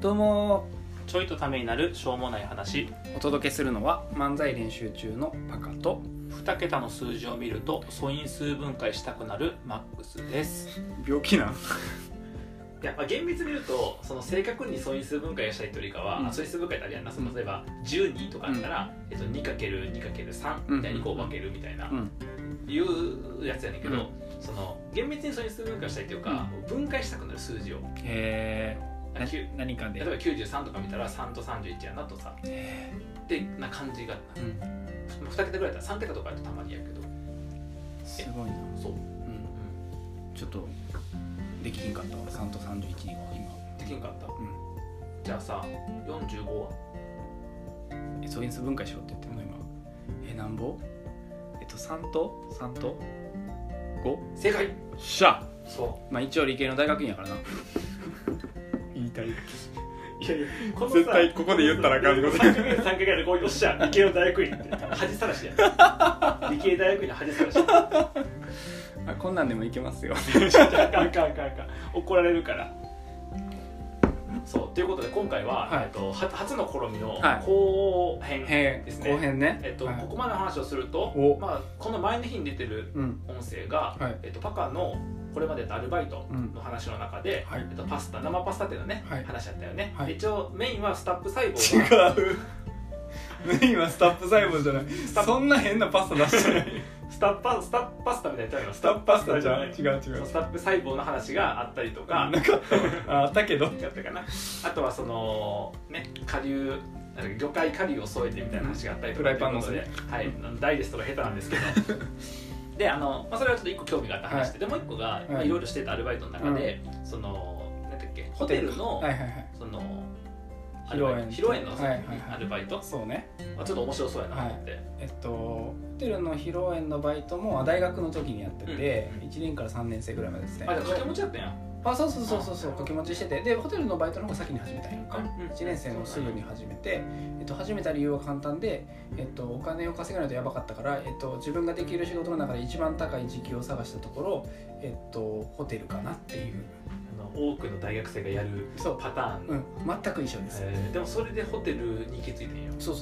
どうもちょいとためになるしょうもない話。 お届けするのは漫才練習中のパカと 2桁の数字を見ると素因数分解したくなるマックスです。 病気なんいや、厳密に言うとその正確に素因数分解したいというよりかは、素因数分解ってあるやんな。その例えば12とかあったら、2×2×3 みたいにこう分けるみたいな、いうやつやねんけど、その厳密に素因数分解したいというか、分解したくなる数字を何かで例えば93とか見たら3と31やなとさってな感じがあった、2桁ぐらいだったら3桁とかやとたまにやけどすごいな。 そう、 ちょっとできひんかったわ。3と31には今できんかった、じゃあさ45は素因数分解しろって言ってるの今。なんぼ3と 5？ 正解。 しゃ。 そう、 まあ一応理系の大学院やからな言いたい。 いやいや、このさ絶対ここで言ったらあかんこと 3回ぐらいでこうよっしゃ理系の大学院って恥さらしや理系大学院の恥さらしこんなんでもいけますよあかん怒られるから。そうということで今回は、初の試みの後編ですね。 後編ね。 ここまでの話をすると、この前の日に出てる音声が、パカのこれまでやったアルバイトの話の中で、生パスタっていうのね、話だったよね。一応メインはスタップ細胞が違うメインはスタップ細胞じゃない。そんな変なパスタ出してないスタッパスタみたいなスタッパスタじゃない。違うスタップ細胞の話があったりとか、 なかったあったけど、 あとはそのね顆粒魚介顆粒を添えてみたいな話があったりとか、 フライパンのせで、 ダイジェストが下手なんですけどでそれはちょっと1個興味があった話で、でもう1個がいろいろしてたアルバイトの中で、そのなんだっけ、ホテルのその披露宴のアルバイト、 そうね、 ちょっと面白そうやなと思って、 ホテルの披露宴のバイトも大学の時にやってて、1年から3年生ぐらいまでですね。 じゃあ掛け持ちやったんや。 そう掛け持ちしてて、でホテルのバイトの方が先に始めたんやんか。1年生のすぐに始めて、始めた理由は簡単で、お金を稼がないとやばかったから、自分ができる仕事の中で一番高い時給を探したところ、ホテルかなっていう。 多くの大学生がやるパターン、 全く一緒です。 でもそれでホテルに行き着いてんよ。 そう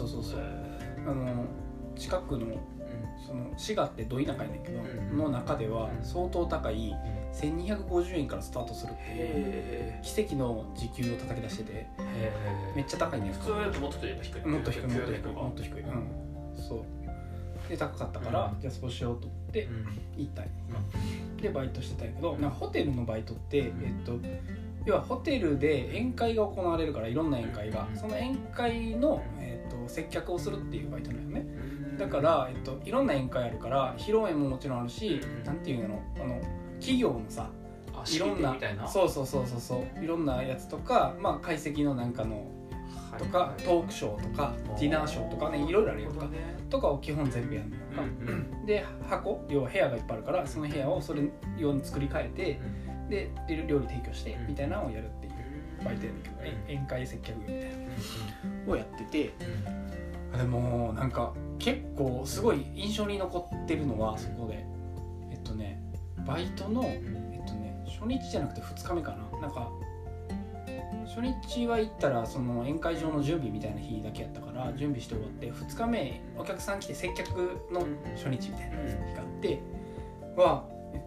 近くのその滋賀ってど田舎やねんけど、の中では相当高い1250円からスタートするっていう奇跡の時給を叩き出してて、めっちゃ高いね。 普通だともっと低い。 もっと低い。そうで高かったから、じゃあそうしようと思って行ったんや。でバイトしてたんやけど、ホテルのバイトって、要はホテルで宴会が行われるから、いろんな宴会が、その宴会の、接客をするっていうバイトなんよね。だから、いろんな宴会あるから、披露宴ももちろんあるし、なんていうの、企業のさ、いろんな、そういろんなやつとか、懐石のなんかのとか、トークショーとかディナーショーとかね、いろいろあるやんか、とかを基本全部やるのよ。で要は部屋がいっぱいあるから、その部屋をそれ用に作り変えて、で料理提供してみたいなのをやるっていうバイトやねんけど、宴会接客みたいなをやってて、でもなんか結構すごい印象に残ってるのは、そこでバイトの初日じゃなくて2日目かな。なんか初日は行ったらその宴会場の準備みたいな日だけやったから準備して終わって、2日目お客さん来て接客の初日みたいな日があっては、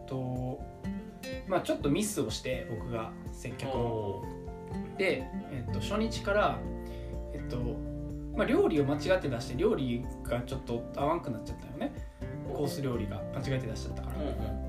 ちょっとミスをして、僕が接客をで、初日から料理を間違って出して、料理がちょっと合わんくなっちゃったよね。コース料理が間違えて出しちゃったから、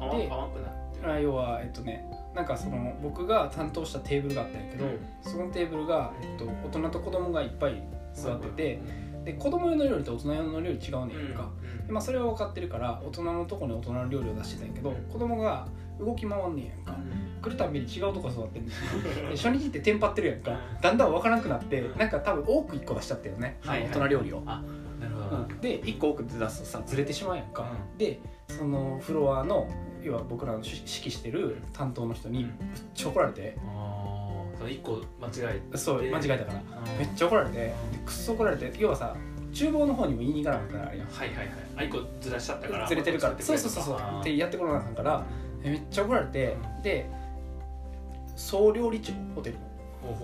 で合わんくなって、 要はなんかその僕が担当したテーブルがあったんやけど、そのテーブルが、大人と子供がいっぱい座ってて、で子供用の料理と大人用の料理違うねんか、でそれは分かってるから大人のとこに大人の料理を出してたんやけど、子供が動き回んねんやんか、来るたびに違うとこ座ってんねんで初日ってテンパってるやんか、だんだん分からなくなって、なんか多分多く1個出しちゃったよね、大人料理を。 なるほど。 で1個多く出すとさ、ずれてしまうやんか。でそのフロアの要は僕らの指揮してる担当の人にめっちゃ怒られて、 1個間違えて、 そう間違えたからめっちゃ怒られて、でくっそ怒られて、要はさ厨房の方にも言いに行かなかったからあれやん。 1個ずらしちゃったから、 ずれてるから、そうってやってこなかったから、めっちゃ怒られて、で総料理長、ホテルの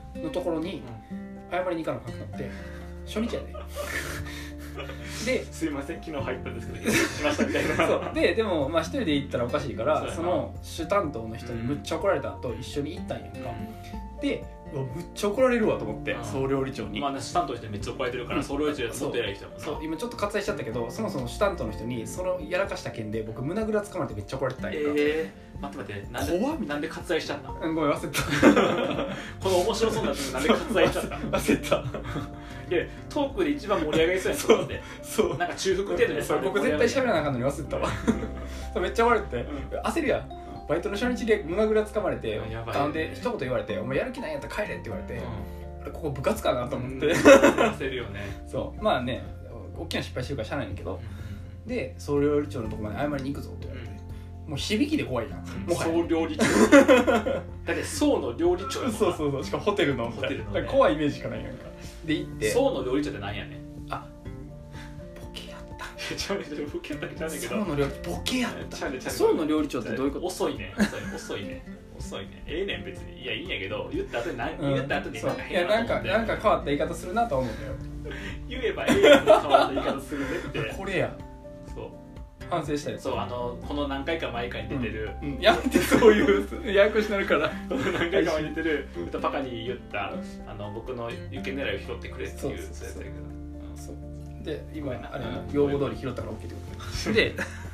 のところに謝りに行かなあかんくなって初日やでですいません昨日入ったんですけどしましたみたいなそうでもまあ一人で行ったらおかしいからその主担当の人にむっちゃ怒られた後一緒に行ったんやんか、でむっちゃ怒られるわと思って総料理長に、 まあね、主担当の人めっちゃ怒られてるから総料理長やともっと偉い人やもんな。 そう今ちょっと割愛しちゃったけどそもそも主担当の人にそのやらかした件で僕胸ぐらつかまれてめっちゃ怒られてたんやんか、 待って怖っなんで割愛しちゃったのごめん忘れたこの面白そうなのなんで割愛しちゃったの忘れたいやトークで一番盛り上がりそうやと思ってそうなんか中腹程度でそう僕絶対喋らなあかんのに忘れてたわそうめっちゃ笑って、焦るやんバイトの初日で胸ぐらつかまれてで一言言われて「お前やる気ないんやったら帰れ」って言われて、ここ部活かなと思って、 焦るよねそうまあね大きな失敗してるからしゃあないんだけど、で総料理長のとこまで謝りに行くぞって言われて、もう響きで怖いな、もはや総料理長だって総の料理長やもんな。 そうしかもホテルのね、怖いイメージしかないやんかで行って総の料理長ってなんやねん。 ボケやったちゃうねんボケやったっけちゃうねんけど総の料理ボケやったちゃうねん総の料理長ってどういうこと？ 遅いねええねん別にいやいいんやけど言った後に言った後にそういやなんか変わった言い方するなと思うんだよ言えばええやん変わった言い方するねってこれやそう反省したよそうこの何回か前かに出てる、 やめてそういうややこしになるから何回か前に出てるパカに言った僕の雪狙いを拾ってくれっていうやつやけどそうで今あれ用語通り拾ったから OK ってことで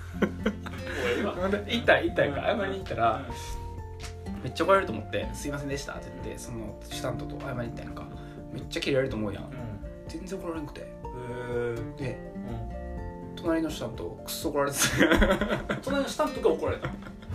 行ったか謝りに行ったらめっちゃ怒られると思って「すいませんでした」って言ってその主担当と謝りに行ったやんかめっちゃキレられると思うやん、全然怒られなくてで隣の主担当くっそ怒られてた隣の主担当が怒られた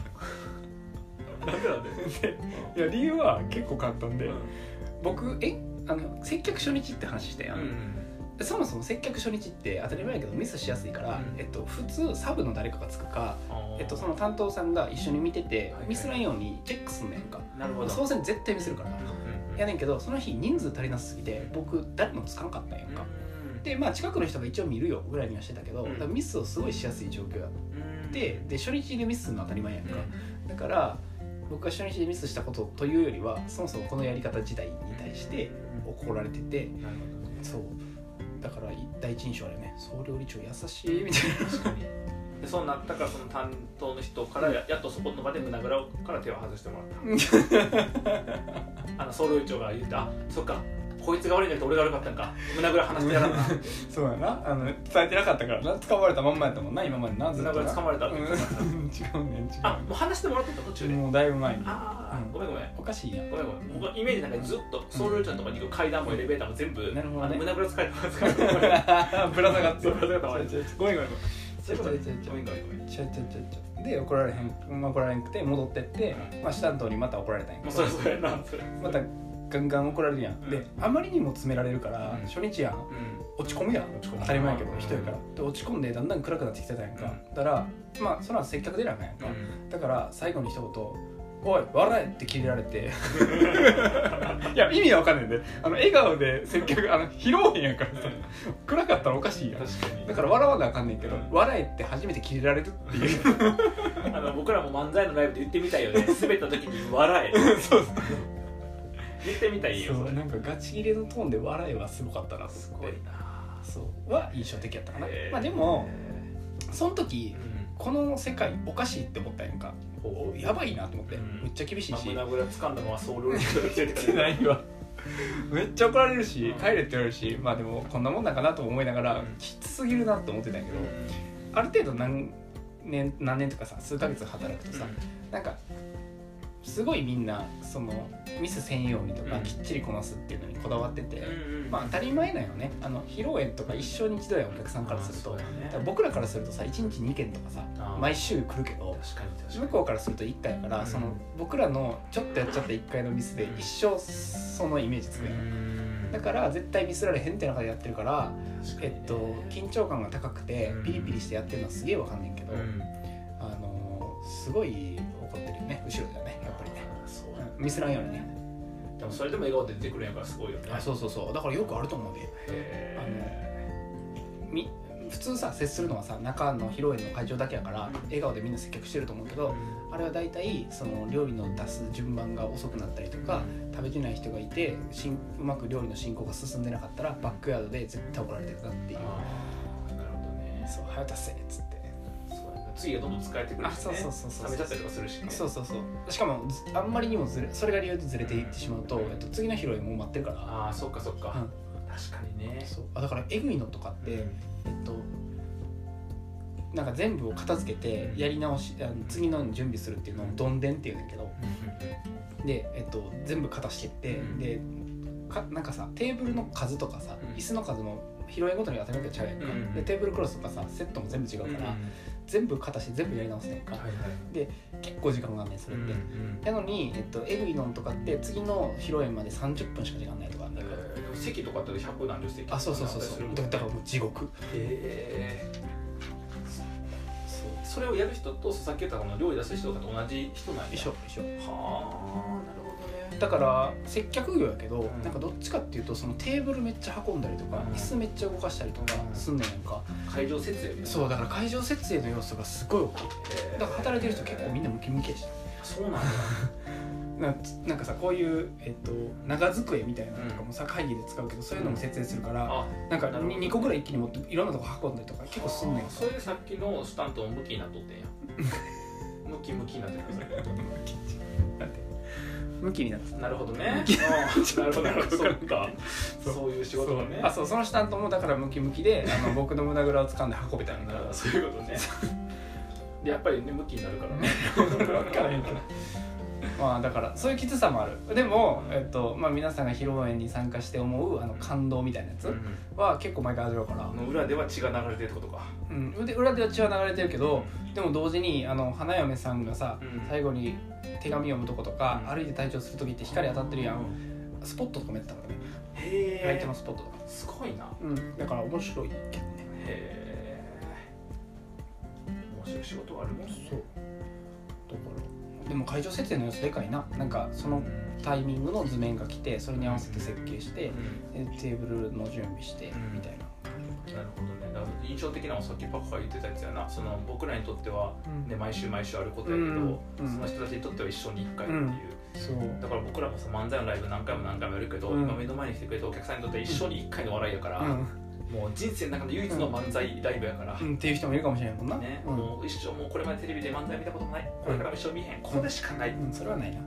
なんでいや理由は結構簡単で、僕接客初日って話したやん、そもそも接客初日って当たり前やけどミスしやすいから、普通サブの誰かがつくか、その担当さんが一緒に見てて、ミスらんようにチェックすんねんか。 なるほど。 そうせん絶対ミスるから、やねんけどその日人数足りなすぎて僕誰もつかんかったんやんか、でまあ近くの人が一応見るよぐらいにはしてたけど、だからミスをすごいしやすい状況やってで初日でミスするのは当たり前やんか、だから僕が初日でミスしたことというよりはそもそもこのやり方自体に対して怒られてて、そうだから第一印象あれね、総料理長優しいみたいな。 確かに。でそうなったからその担当の人からやっとそこの場で胸ぐらから手を外してもらった総料理長が言って「あそっかこいつが悪いんだけど俺が悪かったんか胸ぐら離してやらんな」ってそうやな伝えてなかったからな、掴まれたまんまやったもんな今までな。 胸ぐら掴まれたって違うねんあもう話してもらってた途中でもうだいぶ前に。 ごめんおかしいやん。 ごめん僕イメージなんかずっと総料理長のとこに行く階段もエレベーターも全部なるほどね胸ぐら使えたぶら下がってぶら下がってごめんで怒られへんくて戻ってって、まあ、主担当にまた怒られたんやけど、 それなまたガンガン怒られるやん、であまりにも詰められるから、初日やん、落ち込むやん、当たり前やけど人やからで落ち込んでだんだん暗くなってきてたやんか、だからまあその後接客出なあかんやんか、だから最後に一言おい笑えって切れられていや意味は分かんないんで笑顔で接客披露宴やからさ暗かったらおかしいやん。 確かにだから笑わなあかんねんけど、笑えって初めて切れられるっていう僕らも漫才のライブで言ってみたいよね。滑った時に笑えそう言ってみたいよ。 そうなんかガチ切れのトーンで笑いはすごかったな。 すごいな。 そうは印象的やったかな。まあでもその時、この世界おかしいって思ったやんか。やばいなと思って、めっちゃ厳しいし、 胸ぐら掴んだまま総料理長が連れてかれないわめっちゃ怒られるし、帰れって言われるし、まあでもこんなもんなんかなと思いながら、きつすぎるなと思ってたんやけど、ある程度何年とかさ数ヶ月働くとさ、なんかすごいみんなそのミスせんようにとか、きっちりこなすっていうのにこだわってて、まあ当たり前なんよね。披露宴とか一生に一度やお客さんからすると、僕らからするとさ1日2件とかさ毎週来るけど、向こうからすると1回やから、その僕らのちょっとやっちゃった1回のミスで一生そのイメージつくやん。だから絶対ミスられへんって中でやってるから、緊張感が高くてピリピリしてやってるのはすげえわかんねんけど、すごい怒ってるよね後ろではね、やっぱりね。ミスらんようにね。 でもそれでも笑顔で出てくるんやからすごいよね。 そうだからよくあると思うで、 普通さ接するのはさ中の披露宴の会場だけやから笑顔でみんな接客してると思うけど、あれは大体その料理の出す順番が遅くなったりとか、食べてない人がいてうまく料理の進行が進んでなかったらバックヤードで絶対怒られてるなっていう。 なるほどね。 そう早出せっつって。 次がどんどん使えてくるしね。 そう冷めちゃったりとかするしね。そうしかもあんまりにもそれが理由でずれていってしまうと、次の披露宴もう待ってるから。 ああそっか、確かにね。 そうだからエグいのとかって、なんか全部を片付けてやり直し、次の準備するっていうのをどんでんっていうんだけど、で、全部片してって、でなんかさテーブルの数とかさ、椅子の数も披露宴ごとに当たり前ちゃうやんか、でテーブルクロスとかさセットも全部違うから、全部片して全部やり直すねんか、で結構時間があんねんそれって、なのに、エグいのとかって次の披露宴まで30分しか時間ないとかあんねんか、 席とかって100何十席あそうだからもう地獄。 それをやる人とさっき言ったこの料理出す人とかと同じ人なんや。 一緒。 はあなるほどね。 だから接客業やけど、なんかどっちかっていうとそのテーブルめっちゃ運んだりとか、椅子めっちゃ動かしたりとかすんねんやんか。 会場設営。 そうだから会場設営の要素がすごい大きい。だから働いてる人結構みんなムキムキやし。 そうなんだ。 なんかさこういう、長机みたいなのとかもさ会議で使うけど、そういうのも設営するから、なんか2個ぐらい一気に持っていろんなとこ運んだりとか結構すんねん。 それでさっきのスタントもムキになっとってんや。ムキになってるムキになってなるほどね。なるほどそうか。そういう仕事がね。 そのスタントもだからムキムキで僕の胸ぐらを掴んで運べたんだ。 そういうことね。でやっぱりねムキになるからね。 分からへんけど。まあだからそういうきつさもある。でも、皆さんが披露宴に参加して思う感動みたいなやつは結構毎回味わうから、 裏では血が流れてるってことか。 裏では血は流れてるけど、でも同時に花嫁さんがさ、最後に手紙読むとことか、歩いて退場する時って光当たってるやん、スポットとかもやったからね。ライトのスポットとかすごいな。 だから面白いけどね。 面白い仕事はあるもん。そうだからでも会場設営の様子でかいな。なんかそのタイミングの図面が来て、それに合わせて設計して、テーブルの準備してみたいな。 なるほどね。だから印象的なのはさっきパコが言ってたやつやな。その僕らにとっては、ね、毎週あることやけど、その人たちにとっては一生に1回っていう。そうだから僕らもさ漫才のライブ何回もやるけど、今目の前に来てくれたお客さんにとっては一生に1回の笑いやから、もう人生の中で唯一の漫才ライブやから、 っていう人もいるかもしれないもんな、 ね、もう一生もうこれまでテレビで漫才見たこともない、これからも一生見へん、ここでしかない、 それはないな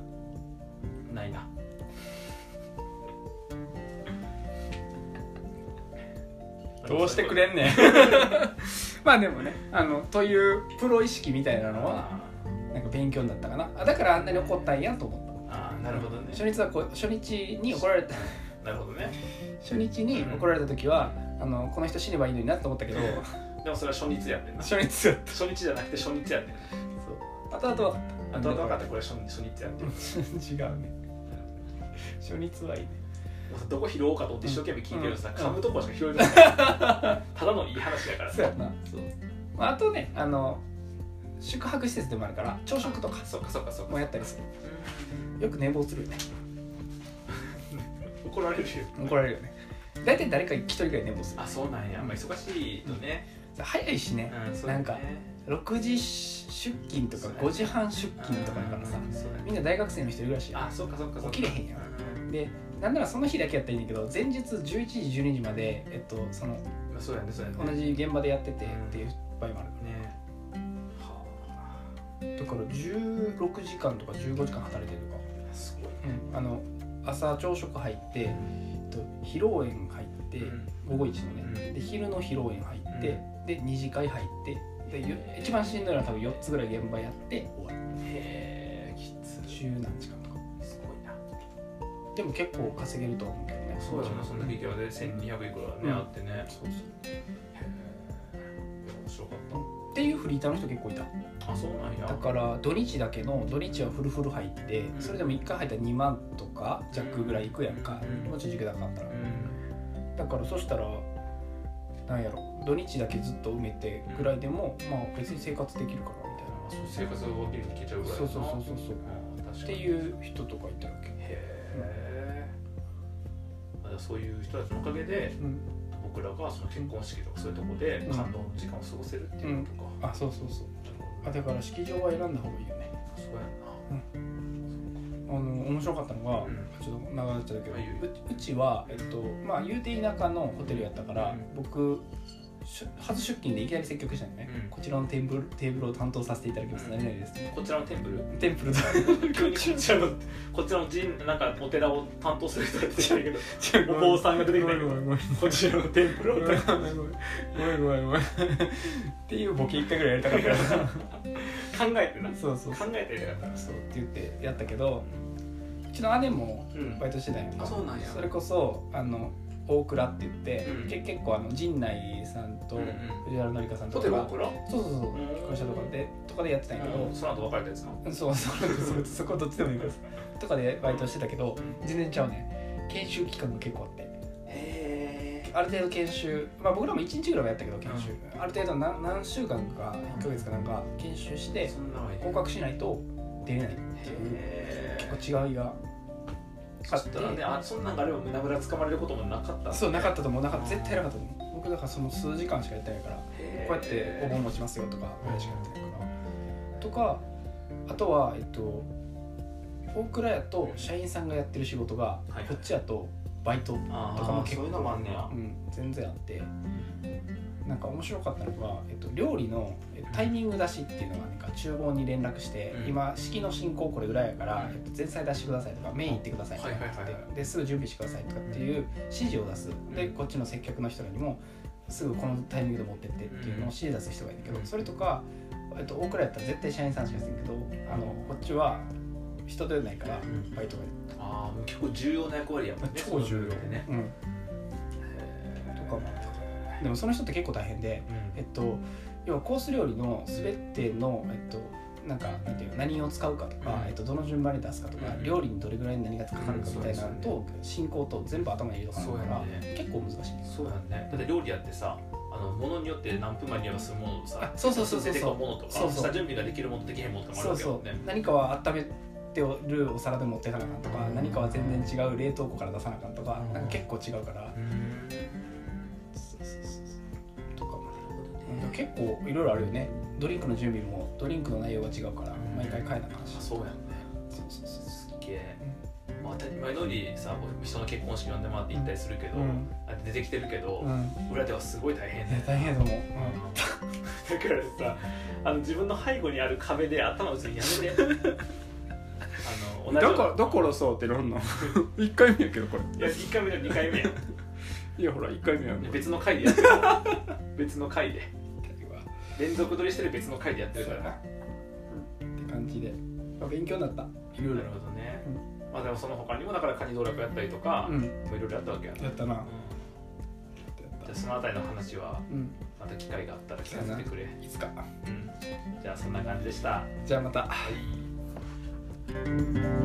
どうしてくれんねんまあでもねというプロ意識みたいなのはなんか勉強になったかな。だからあんなに怒ったんやと思った。 なるほどね。 初日に怒られたなるほどね。 初日に怒られた時は、この人死ねばいいのになと思ったけどでもそれは初日やってんな。 初日やった。 初日じゃなくて初日やってん。 そう後々分かった。 後々分かった。これ初日やって違うね。初日はいいね。 どこ拾おうかと思って一生懸命聞いてるさ、噛むとこしか拾えないただのいい話だからさ。 そうやな。そう。あとね宿泊施設でもあるから朝食とかもやったりする。よく寝坊するよね。 怒られるよ。 怒られるよね。大体誰か一人ぐらい寝坊する。 そうなんや。忙しいとね。 早いしね。なんか6時出勤とか5時半出勤とかだからさ、みんな大学生の人いるらしいよ。起きれへんやん。でなんならその日だけやったらいいんだけど、前日11時12時までその同じ現場でやっててっていう場合もあるからね。だから16時間とか15時間働いてるとか。 すごいね。 朝朝食入って披露宴入って午後1のね、で昼の披露宴入ってで2次会入ってで一番しんどいのは多分4つぐらい現場やって終わる。 へえ、きつ。 10何時間とか。 すごいな。 でも結構稼げると思うけどね。 そうだな。そんだけ行けばで1200いくらねあってね。そう。へえ、面白かった。 っていうフリーターの人結構いた。 そうなんや。 だから土日はフルフル入って、それでも1回入ったら2万とか弱ぐらいいくやんか、もうちょい時期高かったら、だからそしたらなんやろ、土日だけずっと埋めてぐらいでも、まあ別に生活できるかなみたいな。 生活が動きにいけちゃうぐらい。そうっていう人とかいたわけ。 へえ。そういう人たちのおかげで、 僕らがその結婚式とかそういうとこで感動の時間を過ごせるっていうことか、 あ、そうそうそう。あ、だから式場は選んだ方がいいよね。 そうや面白かったのが、ちょっと長くなっちゃったけど、うちはまあ言うて田舎のホテルやったから、僕初出勤でいきなり接客したのね、こちらのテーブルを担当させていただきます、何々です、 こちらのテンプルだこちらのなんかお寺を担当する人だって言ったけどお坊さんが出てきたけどこちらのテンプルをごめんっていうボケ1回ぐらいやりたかった考えてな、 そう考えてやりたかったそうって言ってやったけど、うちの姉もバイトしてたんやけど、 そうなんや。 それこそ大倉って言って、結構陣内さんと藤原紀香さんとか、 大倉？ そう会社とかでやってたんやけど、 その後別れたやつな。 そこどっちでもいいからとかでバイトしてたけど、全然ちゃうね。研修期間が結構あって、ある程度研修、まあ僕らも1日ぐらいはやったけど研修、ある程度何週間か1ヶ月かなんか研修して合格しないと出れないっていう結構違いがあったらね、そんなんがあれば胸ぐらつかまれることもなかった。 そうなかったと思う。絶対なかったと思う。僕だからその数時間しかやってないから、こうやってお盆持ちますよとかぐらいしかやってないからとか、あとは大倉やと社員さんがやってる仕事が、こっちやとバイトとかも結構全然あって、なんか面白かったのが、料理のタイミング出しっていうのがなんか厨房に連絡して、今式の進行これぐらいやから、前菜出してくださいとかメイン行ってくださいとかですぐ準備してくださいとかっていう指示を出す。でこっちの接客の人らにもすぐこのタイミングで持ってってっていうのを指示出す人がいるけど、それとか大倉やったら絶対社員さんしかせんけど、こっちは人出ないからバイトがいる。 ああ、結構重要な役割やもんね。 超重要でね。とかもでもその人って結構大変で、要はコース料理の全てのなんていうの、何を使うかとか、どの順番に出すかとか、料理にどれぐらい何がかかるかみたいなのと進行と全部頭に入れとかないから、結構難しい。 そうやね。だって料理やってさ、ものによって何分前にやらするものとさ、 そう出てくるものとか、下準備ができるものとできへんものとかもあるわけよね。 何かは温めてるお皿で持っていかなあかんとか、何かは全然違う冷凍庫から出さなあかんとか、なんか結構違うから。結構いろいろあるよね。ドリンクの準備もドリンクの内容が違うから毎回変えなかったし。 そうやんね。すっげえ。当たり前のようにさ、人の結婚式呼んでもらって行ったりするけど、出てきてるけど、裏ではすごい大変だよね。 大変だもん。だからさ、自分の背後にある壁で頭打つのやめて。 だからさってなんの1回目やけどこれ。 いや1回目で2回目や。 いやほら1回目や。 別の回でやってる。別の回で。連続撮りしてる別の回でやってるからな。 って感じで勉強になった。 なるほどね。まあでもその他にもだからカニ道楽やったりとか、いろいろやったわけやな。 やったな。 じゃあそのあたりの話はまた機会があったら聞かせてくれ。 いつか。 じゃあそんな感じでした。 じゃあまた。 はい。